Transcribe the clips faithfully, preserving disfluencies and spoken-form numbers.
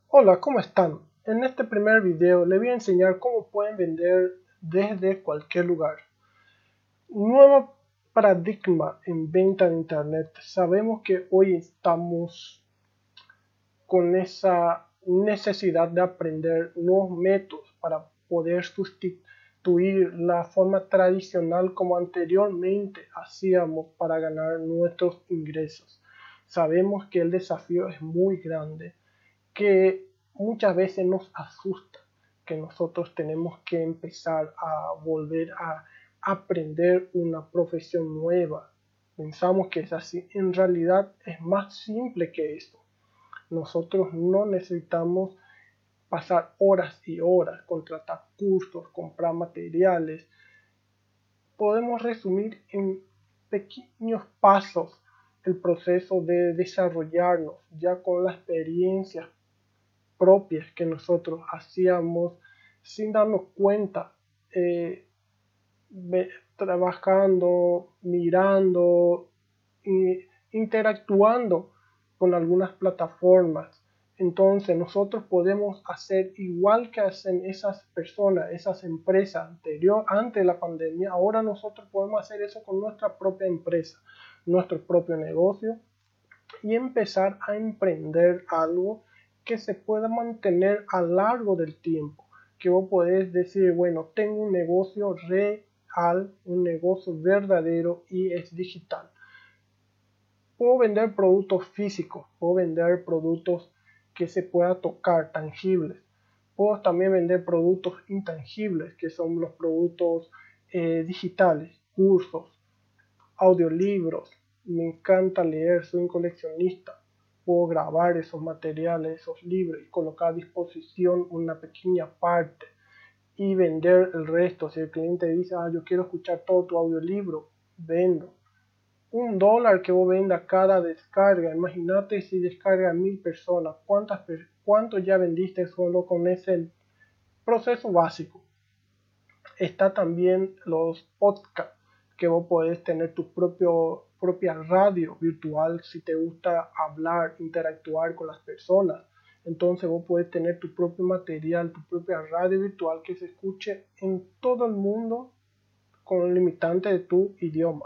Hola, ¿cómo están? En este primer video les voy a enseñar cómo pueden vender desde cualquier lugar. Nuevo paradigma en venta en internet. Sabemos que hoy estamos con esa necesidad de aprender nuevos métodos para poder sustituir la forma tradicional como anteriormente hacíamos para ganar nuestros ingresos. Sabemos que el desafío es muy grande, que muchas veces nos asusta, que nosotros tenemos que empezar a volver a aprender una profesión nueva. Pensamos que es así. En realidad es más simple que eso. Nosotros no necesitamos pasar horas y horas, contratar cursos, comprar materiales. Podemos resumir en pequeños pasos el proceso de desarrollarnos ya con la experiencia propias que nosotros hacíamos sin darnos cuenta, eh, trabajando, mirando, e interactuando con algunas plataformas. Entonces nosotros podemos hacer igual que hacen esas personas, esas empresas anterior, antes de la pandemia. Ahora nosotros podemos hacer eso con nuestra propia empresa, nuestro propio negocio, y empezar a emprender algo que se pueda mantener a lo largo del tiempo, que vos podés decir, bueno, tengo un negocio real, un negocio verdadero y es digital. Puedo vender productos físicos, puedo vender productos que se pueda tocar, tangibles. Puedo también vender productos intangibles, que son los productos eh, digitales, cursos, audiolibros. Me encanta leer, soy un coleccionista. Puedo grabar esos materiales, esos libros y colocar a disposición una pequeña parte y vender el resto. Si el cliente dice, ah, yo quiero escuchar todo tu audiolibro, vendo. Un dólar que vos venda cada descarga. Imagínate si descarga mil personas. ¿Cuántas, ¿Cuánto ya vendiste solo con ese proceso básico? Está también los podcasts, que vos podés tener tu propio, propia radio virtual si te gusta hablar, interactuar con las personas. Entonces vos podés tener tu propio material, tu propia radio virtual que se escuche en todo el mundo con el limitante de tu idioma.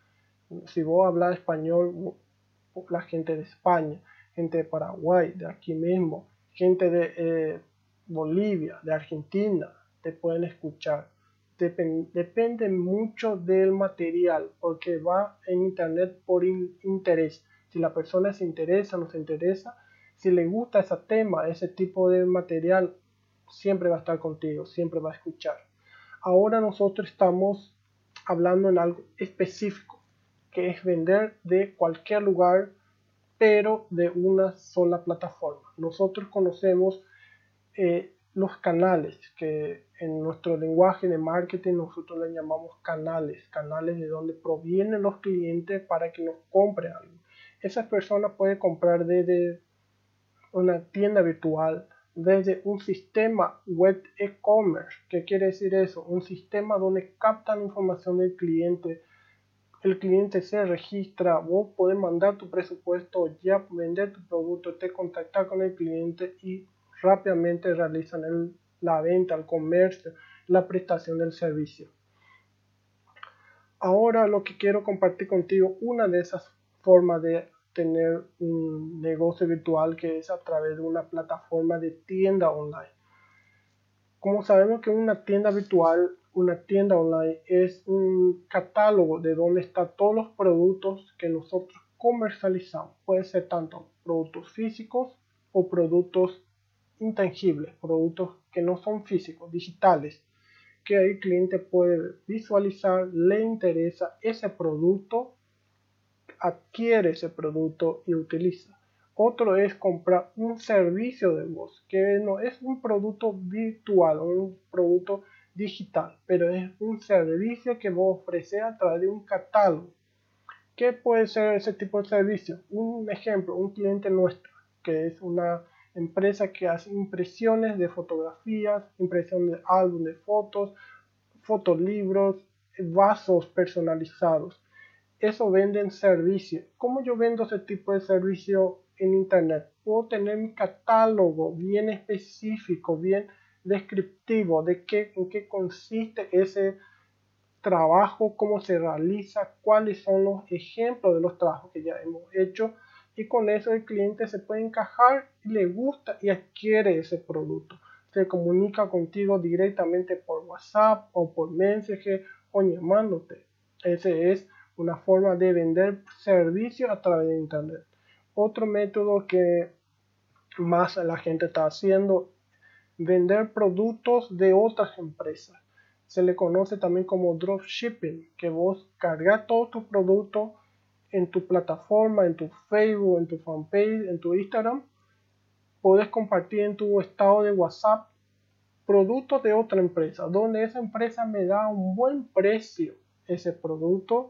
Si vos hablas español, la gente de España, gente de Paraguay, de aquí mismo, gente de eh, Bolivia, de Argentina, te pueden escuchar. Dep- depende mucho del material, porque va en internet por in interés. Si la persona se interesa, no se interesa, si le gusta ese tema, ese tipo de material, siempre va a estar contigo, siempre va a escuchar. Ahora nosotros estamos hablando en algo específico, que es vender de cualquier lugar, pero de una sola plataforma. Nosotros conocemos eh, los canales, que en nuestro lenguaje de marketing nosotros le llamamos canales, canales de donde provienen los clientes para que nos compren algo. Esa persona puede comprar desde una tienda virtual, desde un sistema web e-commerce. ¿Qué quiere decir eso? Un sistema donde captan información del cliente. El cliente se registra, vos podés mandar tu presupuesto, ya vender tu producto, te contactar con el cliente y rápidamente realizan el, la venta, el comercio, la prestación del servicio. Ahora lo que quiero compartir contigo, una de esas formas de tener un negocio virtual, que es a través de una plataforma de tienda online. Como sabemos que una tienda virtual, una tienda online es un catálogo de donde están todos los productos que nosotros comercializamos. Puede ser tanto productos físicos o productos intangibles, productos que no son físicos, digitales, que el cliente puede visualizar, le interesa ese producto, adquiere ese producto y utiliza. Otro es comprar un servicio de voz, que no es un producto virtual o un producto digital, pero es un servicio que vos ofreces a través de un catálogo. ¿Qué puede ser ese tipo de servicio? Un ejemplo, un cliente nuestro, que es una empresa que hace impresiones de fotografías, impresión de álbum de fotos, fotolibros, vasos personalizados. Eso venden servicio. ¿Cómo yo vendo ese tipo de servicio en internet. Puedo tener mi catálogo bien específico, bien descriptivo de qué, en qué consiste ese trabajo, cómo se realiza, cuáles son los ejemplos de los trabajos que ya hemos hecho, y con eso el cliente se puede encajar y le gusta y adquiere ese producto. Se comunica contigo directamente por WhatsApp o por Messenger o llamándote. Ese es una forma de vender servicios a través de internet. Otro método que más la gente está haciendo, vender productos de otras empresas. Se le conoce también como dropshipping, que vos cargas todos tus productos en tu plataforma, en tu Facebook, en tu fanpage, en tu Instagram. Puedes compartir en tu estado de WhatsApp productos de otra empresa, donde esa empresa me da un buen precio ese producto,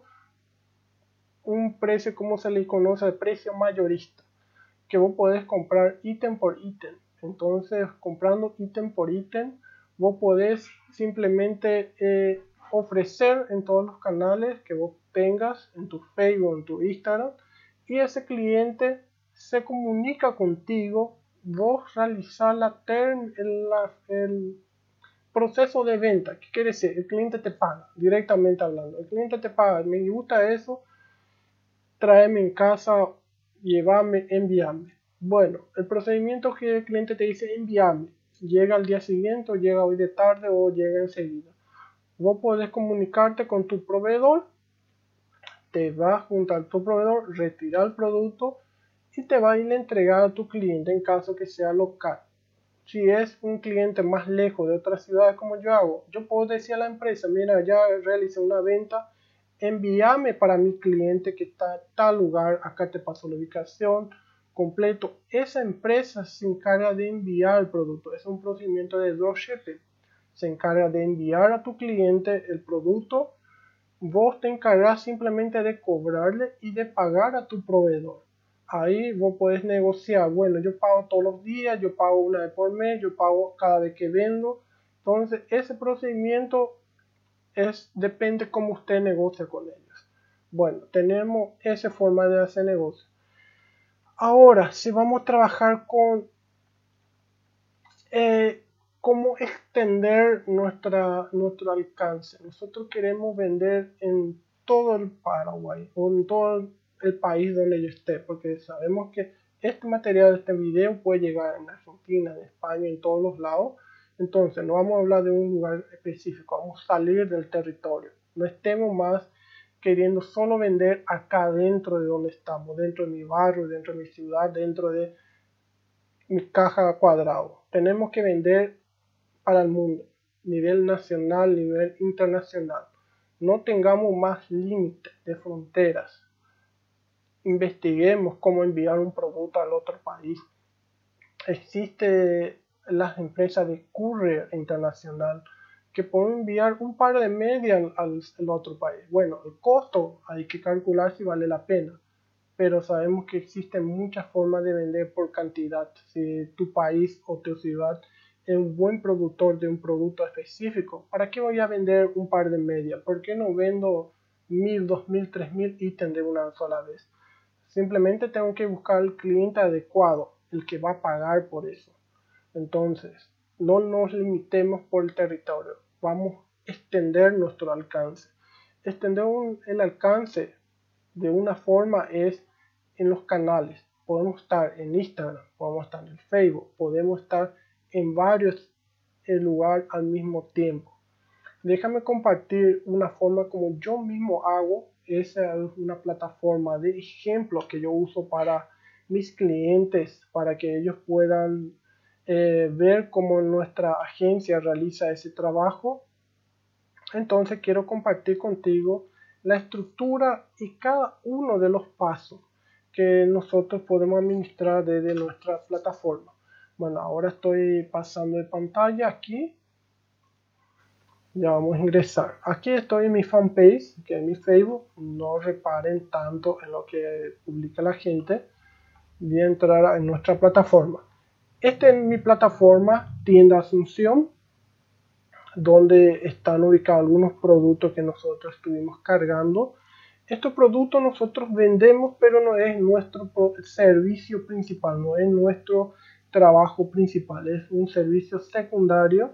un precio como se le conoce, el precio mayorista, que vos podés comprar ítem por ítem. Entonces, comprando ítem por ítem, vos podés simplemente eh, ofrecer en todos los canales que vos tengas, en tu Facebook, en tu Instagram, y ese cliente se comunica contigo, vos realizás la term, el, la, el proceso de venta. ¿Qué quiere decir? El cliente te paga, directamente hablando. El cliente te paga, me gusta eso, tráeme en casa, llévame, envíame. Bueno, el procedimiento que el cliente te dice envíame, llega al día siguiente, o llega hoy de tarde, o llega enseguida. Vos podés comunicarte con tu proveedor, te vas junto a tu proveedor, retirar el producto y te va a ir a entregar a tu cliente en caso que sea local. Si es un cliente más lejos de otra ciudad, como yo hago, yo puedo decir a la empresa, mira, ya realicé una venta, envíame para mi cliente que está en tal lugar, acá te paso la ubicación completo. Esa empresa se encarga de enviar el producto, es un procedimiento de dropshipping. Se encarga de enviar a tu cliente el producto, vos te encargas simplemente de cobrarle y de pagar a tu proveedor. Ahí vos podés negociar, bueno, yo pago todos los días, yo pago una vez por mes, yo pago cada vez que vendo. Entonces ese procedimiento es, depende cómo usted negocia con ellos. Bueno, tenemos esa forma de hacer negocio. Ahora, si vamos a trabajar con eh, cómo extender nuestra, nuestro alcance. Nosotros queremos vender en todo el Paraguay o en todo el país donde yo esté, porque sabemos que este material, este video puede llegar en Argentina, en España, en todos los lados. Entonces no vamos a hablar de un lugar específico, vamos a salir del territorio. No estemos más queriendo solo vender acá dentro de donde estamos, dentro de mi barrio, dentro de mi ciudad, dentro de mi caja cuadrado. Tenemos que vender para el mundo, nivel nacional, nivel internacional. No tengamos más límites de fronteras. Investiguemos cómo enviar un producto al otro país. Existe las empresas de courier internacional que pueden enviar un par de medias al, al otro país. Bueno, el costo hay que calcular si vale la pena, pero sabemos que existen muchas formas de vender por cantidad. Si tu país o tu ciudad es un buen productor de un producto específico, ¿para qué voy a vender un par de medias? ¿Por qué no vendo mil, dos mil, tres mil ítems de una sola vez? Simplemente tengo que buscar el cliente adecuado, el que va a pagar por eso. Entonces, no nos limitemos por el territorio, vamos a extender nuestro alcance. Extender un, el alcance de una forma es en los canales. Podemos estar en Instagram, podemos estar en Facebook, podemos estar en varios lugares al mismo tiempo. Déjame compartir una forma como yo mismo hago. Esa es una plataforma de ejemplos que yo uso para mis clientes, para que ellos puedan eh, ver cómo nuestra agencia realiza ese trabajo. Entonces quiero compartir contigo la estructura y cada uno de los pasos que nosotros podemos administrar desde nuestra plataforma. Bueno, ahora estoy pasando de pantalla aquí. Ya vamos a ingresar. Aquí estoy en mi fanpage, que es mi Facebook. No reparen tanto en lo que publica la gente. Voy a entrar en nuestra plataforma. Esta es mi plataforma, Tienda Asunción, donde están ubicados algunos productos que nosotros estuvimos cargando. Estos productos nosotros vendemos, pero no es nuestro servicio principal, no es nuestro trabajo principal, es un servicio secundario,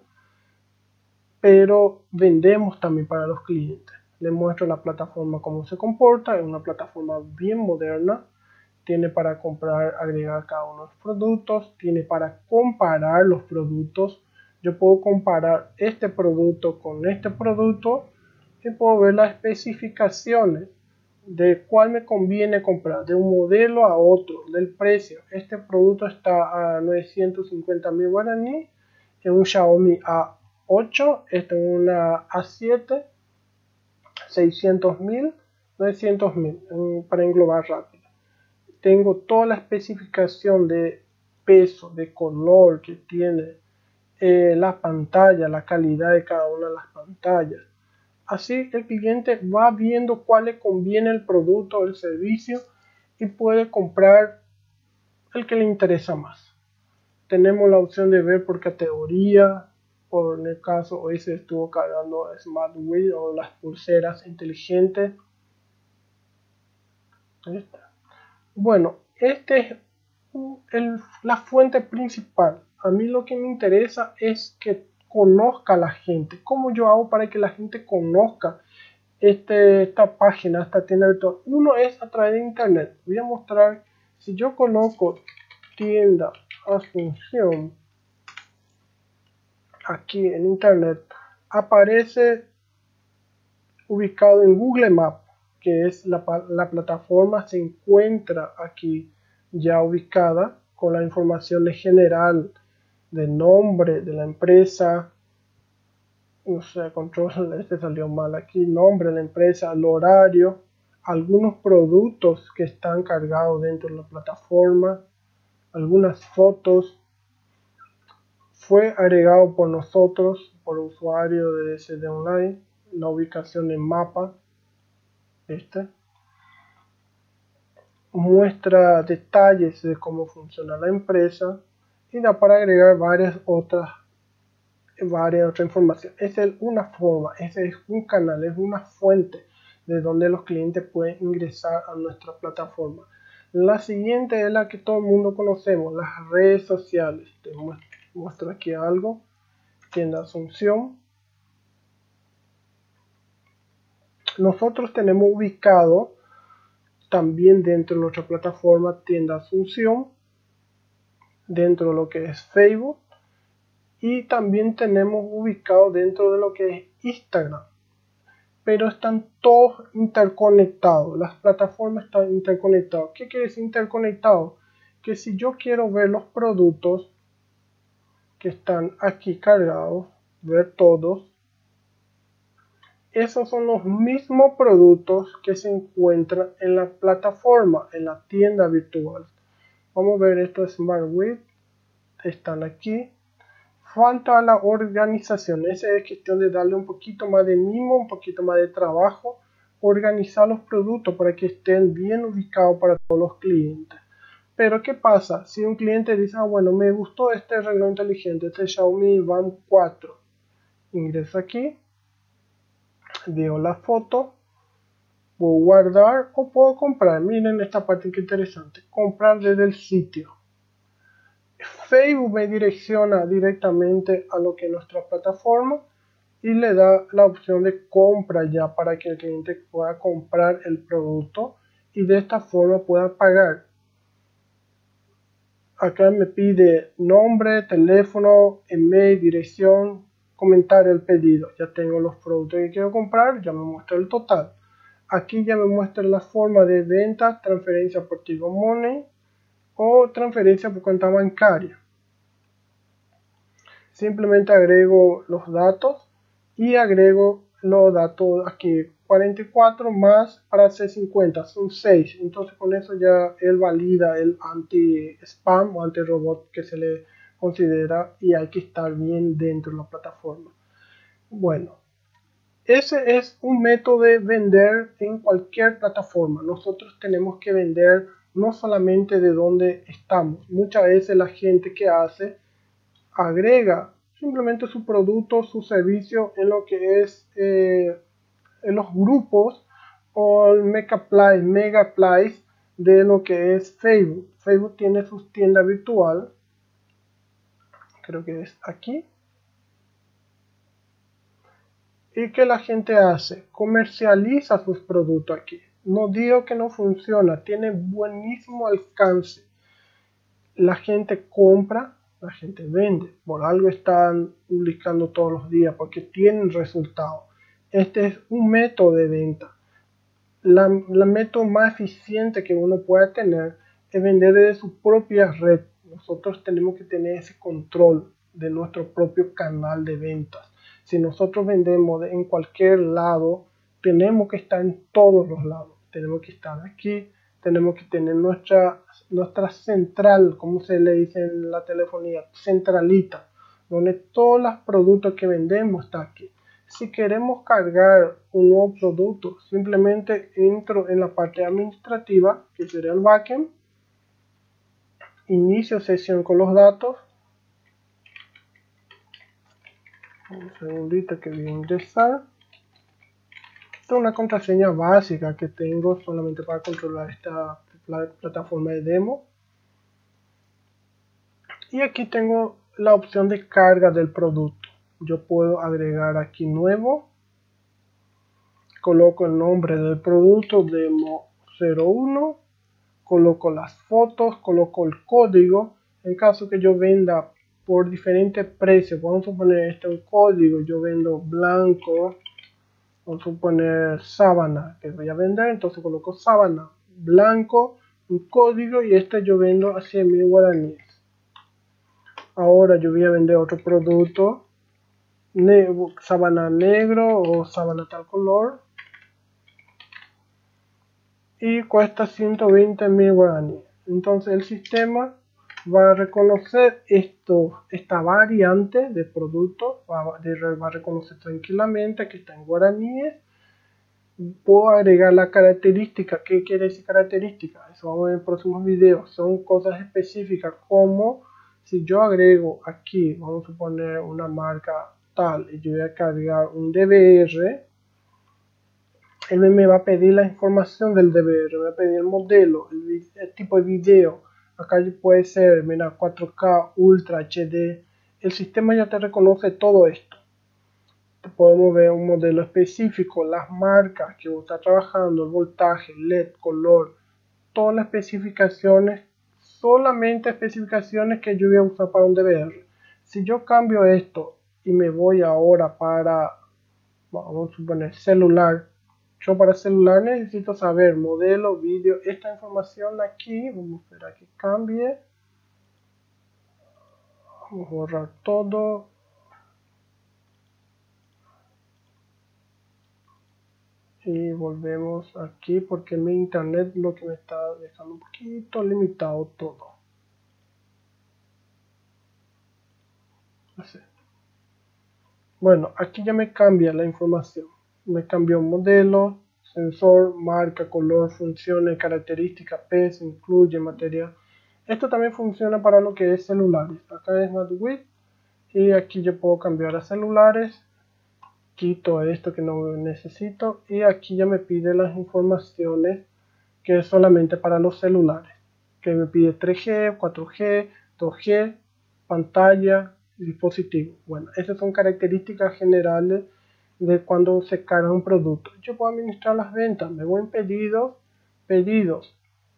pero vendemos también para los clientes. Les muestro la plataforma cómo se comporta, es una plataforma bien moderna, tiene para comprar, agregar cada uno de los productos, tiene para comparar los productos. Yo puedo comparar este producto con este producto y puedo ver las especificaciones de cuál me conviene comprar, de un modelo a otro, del precio. Este producto está a novecientos cincuenta mil guaraní, en un Xiaomi A ocho, este es una A siete, seiscientos mil, novecientos mil, para englobar rápido. Tengo toda la especificación de peso, de color que tiene eh, la pantalla, la calidad de cada una de las pantallas. Así el cliente va viendo cuál le conviene el producto o el servicio y puede comprar el que le interesa más. Tenemos la opción de ver por categoría, por en el caso hoy se estuvo cargando SmartWatch o las pulseras inteligentes. Bueno, este es el, la fuente principal. A mí lo que me interesa es que conozca a la gente. ¿Cómo yo hago para que la gente conozca este, esta página, esta tienda virtual? Uno es a través de internet. Voy a mostrar, si yo coloco tienda Asunción aquí en internet, aparece ubicado en Google Maps, que es la, la plataforma, se encuentra aquí ya ubicada con la información de general del nombre de la empresa, no sé, control, este salió mal aquí, nombre de la empresa, el horario, algunos productos que están cargados dentro de la plataforma, algunas fotos. Fue agregado por nosotros, por usuario de S D Online, la ubicación en mapa, este muestra detalles de cómo funciona la empresa y da para agregar varias otras varias otras informaciones. Esa es una forma, ese es un canal, es una fuente de donde los clientes pueden ingresar a nuestra plataforma. La siguiente es la que todo el mundo conocemos, las redes sociales. Te muestro aquí algo, tienda Asunción. Nosotros tenemos ubicado también dentro de nuestra plataforma tienda Asunción, dentro de lo que es Facebook, y también tenemos ubicado dentro de lo que es Instagram, pero están todos interconectados, las plataformas están interconectadas. ¿Qué quiere decir interconectado? Que si yo quiero ver los productos que están aquí cargados, ver todos, esos son los mismos productos que se encuentran en la plataforma, en la tienda virtual. Vamos a ver esto de SmartWatch, están aquí. Falta la organización, esa es cuestión de darle un poquito más de mimo, un poquito más de trabajo, organizar los productos para que estén bien ubicados para todos los clientes. Pero ¿qué pasa? Si un cliente dice, ah, bueno, me gustó este reloj inteligente, este Xiaomi Band cuatro, ingreso aquí, veo la foto, puedo guardar o puedo comprar. Miren esta parte que interesante, comprar desde el sitio. Facebook me direcciona directamente a lo que es nuestra plataforma y le da la opción de compra ya para que el cliente pueda comprar el producto y de esta forma pueda pagar. Acá me pide nombre, teléfono, email, dirección, comentar el pedido. Ya tengo los productos que quiero comprar, ya me muestra el total. Aquí ya me muestra la forma de venta, transferencia por Tigo Money o transferencia por cuenta bancaria. Simplemente agrego los datos y agrego los datos aquí, cuarenta y cuatro más para C cincuenta, son seis. Entonces con eso ya él valida el anti-spam o anti-robot que se le considera y hay que estar bien dentro de la plataforma. Bueno, ese es un método de vender en cualquier plataforma. Nosotros tenemos que vender no solamente de donde estamos. Muchas veces la gente que hace agrega simplemente su producto, su servicio en lo que es eh, en los grupos o el Megaplace, Megaplace de lo que es Facebook. Facebook tiene su tienda virtual, creo que es aquí. ¿Y qué la gente hace? Comercializa sus productos aquí. No digo que no funciona, tiene buenísimo alcance. La gente compra, la gente vende. Por algo están publicando todos los días, porque tienen resultados. Este es un método de venta. La, la método más eficiente que uno puede tener es vender desde su propia red. Nosotros tenemos que tener ese control de nuestro propio canal de ventas. Si nosotros vendemos en cualquier lado, tenemos que estar en todos los lados. Tenemos que estar aquí, tenemos que tener nuestra, nuestra central, como se le dice en la telefonía, centralita, donde todos los productos que vendemos están aquí. Si queremos cargar un nuevo producto, simplemente entro en la parte administrativa, que sería el backend, inicio sesión con los datos. Un segundito que voy a ingresar. Esta es una contraseña básica que tengo solamente para controlar esta plataforma de demo. Y aquí tengo la opción de carga del producto. Yo puedo agregar aquí nuevo. Coloco el nombre del producto, demo cero uno. Coloco las fotos, coloco el código. En caso que yo venda por diferentes precios, vamos a suponer este es un código, yo vendo blanco, vamos a suponer sábana que voy a vender, entonces coloco sábana, blanco, un código, y este yo vendo a cien mil guaraníes. Ahora yo voy a vender otro producto, ne sábana negro o sábana tal color, y cuesta ciento veinte mil guaraníes. Entonces el sistema va a reconocer esto, esta variante de producto, va a, va a reconocer tranquilamente que está en guaraníes. Puedo agregar la característica. ¿Qué quiere decir característica? Eso vamos a ver en próximos videos. Son cosas específicas, como si yo agrego aquí, vamos a suponer una marca tal, y yo voy a cargar un D V R, él me va a pedir la información del D V R, me va a pedir el modelo, el, el tipo de video. Acá puede ser, mira, cuatro K, Ultra, H D. El sistema ya te reconoce todo esto. Podemos ver un modelo específico, las marcas que vos estás trabajando, el voltaje, L E D, color, todas las especificaciones, solamente especificaciones que yo voy a usar para un D V R. Si yo cambio esto y me voy ahora para, vamos a suponer, celular, yo para celular necesito saber modelo, vídeo, esta información aquí, vamos a esperar que cambie, vamos a borrar todo. Y volvemos aquí porque mi internet lo que me está dejando un poquito limitado todo. Así. Bueno, aquí ya me cambia la información. Me cambió modelo, sensor, marca, color, funciones, características, peso, incluye material. Esto también funciona para lo que es celulares. Acá es MadWidth y aquí yo puedo cambiar a celulares. Quito esto que no necesito y aquí ya me pide las informaciones que es solamente para los celulares, que me pide tres G, cuatro G, dos G, pantalla, dispositivo. Bueno, esas son características generales de cuando se carga un producto. Yo puedo administrar las ventas, me voy en pedidos, pedidos.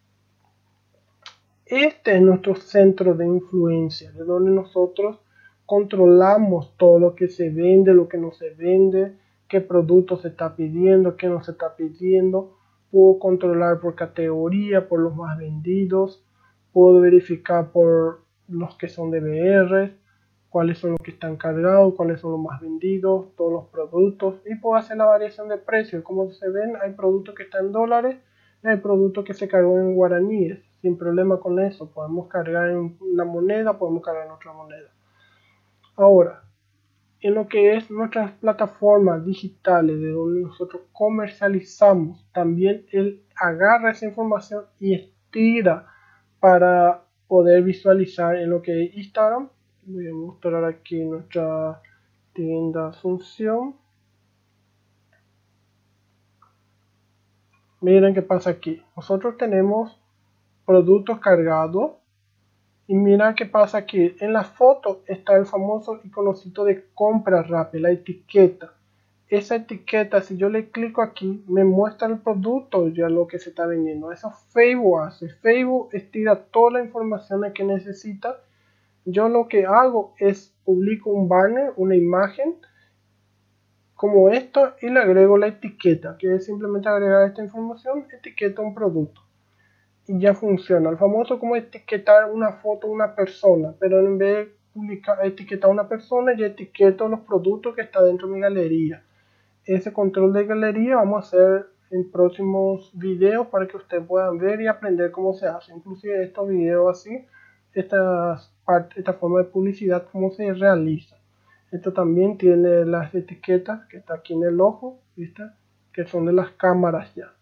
Este es nuestro centro de influencia, de donde nosotros controlamos todo lo que se vende, lo que no se vende, qué producto se está pidiendo, qué no se está pidiendo. Puedo controlar por categoría, por los más vendidos. Puedo verificar por los que son D V R, cuáles son los que están cargados, cuáles son los más vendidos, todos los productos. Y puedo hacer la variación de precios. Como se ven, hay productos que están en dólares y hay productos que se cargó en guaraníes. Sin problema con eso. Podemos cargar en una moneda, podemos cargar en otra moneda. Ahora, en lo que es nuestras plataformas digitales de donde nosotros comercializamos, también él agarra esa información y estira para poder visualizar en lo que es Instagram. Voy a mostrar aquí nuestra tienda Asunción. Miren qué pasa aquí. Nosotros tenemos productos cargados y mira qué pasa aquí. En la foto está el famoso iconocito de compra rápida, la etiqueta. Esa etiqueta, si yo le clico aquí, me muestra el producto, ya lo que se está vendiendo. Eso Facebook hace. Facebook estira toda la información que necesita. Yo lo que hago es publico un banner, una imagen como esto y le agrego la etiqueta, que es simplemente agregar esta información, etiqueta un producto y ya funciona. El famoso como etiquetar una foto de una persona, pero en vez de publicar, etiquetar a una persona, ya etiqueto los productos que está dentro de mi galería. Ese control de galería vamos a hacer en próximos videos para que ustedes puedan ver y aprender cómo se hace. Inclusive estos videos así, estas parte, esta forma de publicidad, cómo se realiza. Esto también tiene las etiquetas que está aquí en el ojo, ¿viste? Que son de las cámaras ya.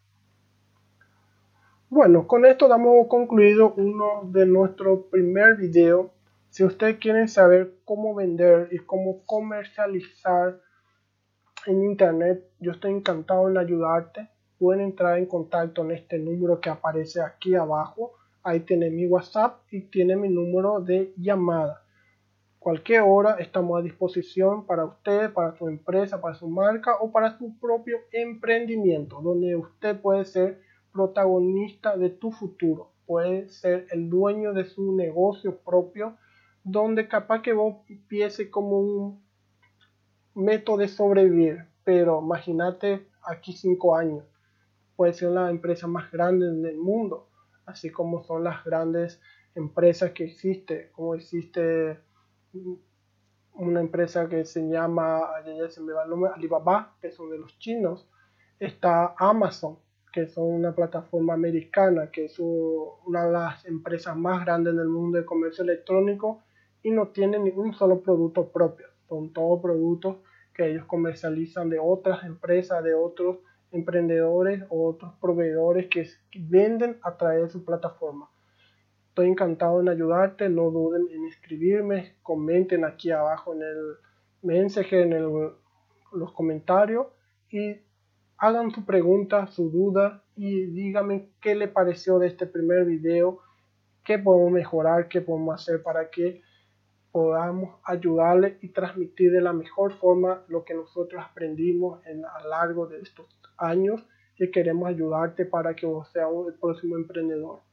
Bueno, con esto damos concluido uno de nuestro primer video. Si ustedes quieren saber cómo vender y cómo comercializar en internet, yo estoy encantado en ayudarte. Pueden entrar en contacto en este número que aparece aquí abajo. Ahí tiene mi WhatsApp y tiene mi número de llamada. Cualquier hora estamos a disposición para usted, para su empresa, para su marca o para su propio emprendimiento, donde usted puede ser protagonista de tu futuro, puede ser el dueño de su negocio propio, donde capaz que vos empiece como un método de sobrevivir, pero imagínate aquí cinco años, puede ser la empresa más grande del mundo, así como son las grandes empresas que existen, como existe una empresa que se llama, ya se me va el nombre, Alibaba, que son de los chinos. Está Amazon, que son una plataforma americana, que es una de las empresas más grandes del mundo de comercio electrónico y no tienen ningún solo producto propio. Son todos productos que ellos comercializan de otras empresas, de otros emprendedores o otros proveedores que venden a través de su plataforma. Estoy encantado en ayudarte, no duden en escribirme, comenten aquí abajo en el mensaje, en el, los comentarios y hagan su pregunta, su duda y díganme qué le pareció de este primer video, qué podemos mejorar, qué podemos hacer para que podamos ayudarle y transmitir de la mejor forma lo que nosotros aprendimos en, a lo largo de estos años y queremos ayudarte para que vos seas el próximo emprendedor.